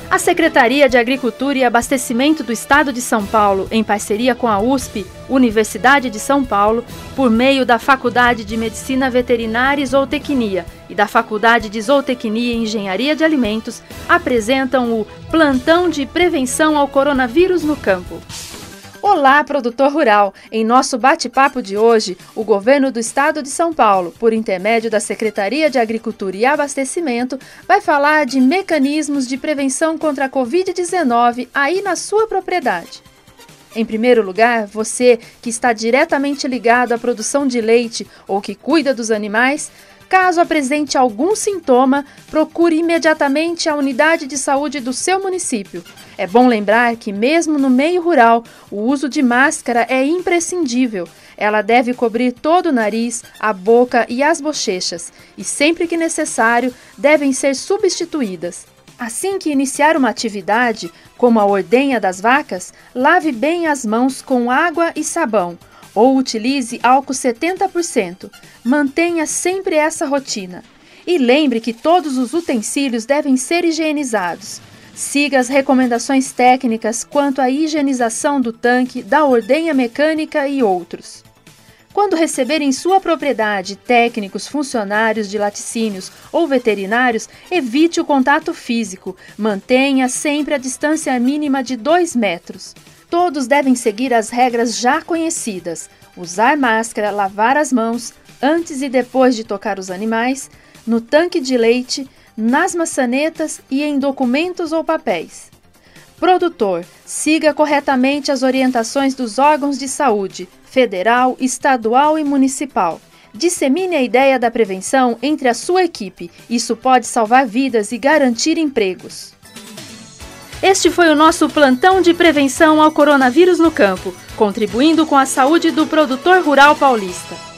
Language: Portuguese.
A Secretaria de Agricultura e Abastecimento do Estado de São Paulo, em parceria com a USP, Universidade de São Paulo, por meio da Faculdade de Medicina Veterinária e Zootecnia e da Faculdade de Zootecnia e Engenharia de Alimentos, apresentam o Plantão de Prevenção ao Coronavírus no Campo. Olá, produtor rural! Em nosso bate-papo de hoje, o governo do estado de São Paulo, por intermédio da Secretaria de Agricultura e Abastecimento, vai falar de mecanismos de prevenção contra a Covid-19 aí na sua propriedade. Em primeiro lugar, você que está diretamente ligado à produção de leite ou que cuida dos animais, caso apresente algum sintoma, procure imediatamente a unidade de saúde do seu município. É bom lembrar que, mesmo no meio rural, o uso de máscara é imprescindível. Ela deve cobrir todo o nariz, a boca e as bochechas, e sempre que necessário, devem ser substituídas. Assim que iniciar uma atividade, como a ordenha das vacas, lave bem as mãos com água e sabão, ou utilize álcool 70%. Mantenha sempre essa rotina. E lembre que todos os utensílios devem ser higienizados. Siga as recomendações técnicas quanto à higienização do tanque, da ordenha mecânica e outros. Quando receber em sua propriedade técnicos, funcionários de laticínios ou veterinários, evite o contato físico. Mantenha sempre a distância mínima de 2 metros. Todos devem seguir as regras já conhecidas: usar máscara, lavar as mãos antes e depois de tocar os animais, no tanque de leite, nas maçanetas e em documentos ou papéis. Produtor, siga corretamente as orientações dos órgãos de saúde, federal, estadual e municipal. Dissemine a ideia da prevenção entre a sua equipe. Isso pode salvar vidas e garantir empregos. Este foi o nosso plantão de prevenção ao coronavírus no campo, contribuindo com a saúde do produtor rural paulista.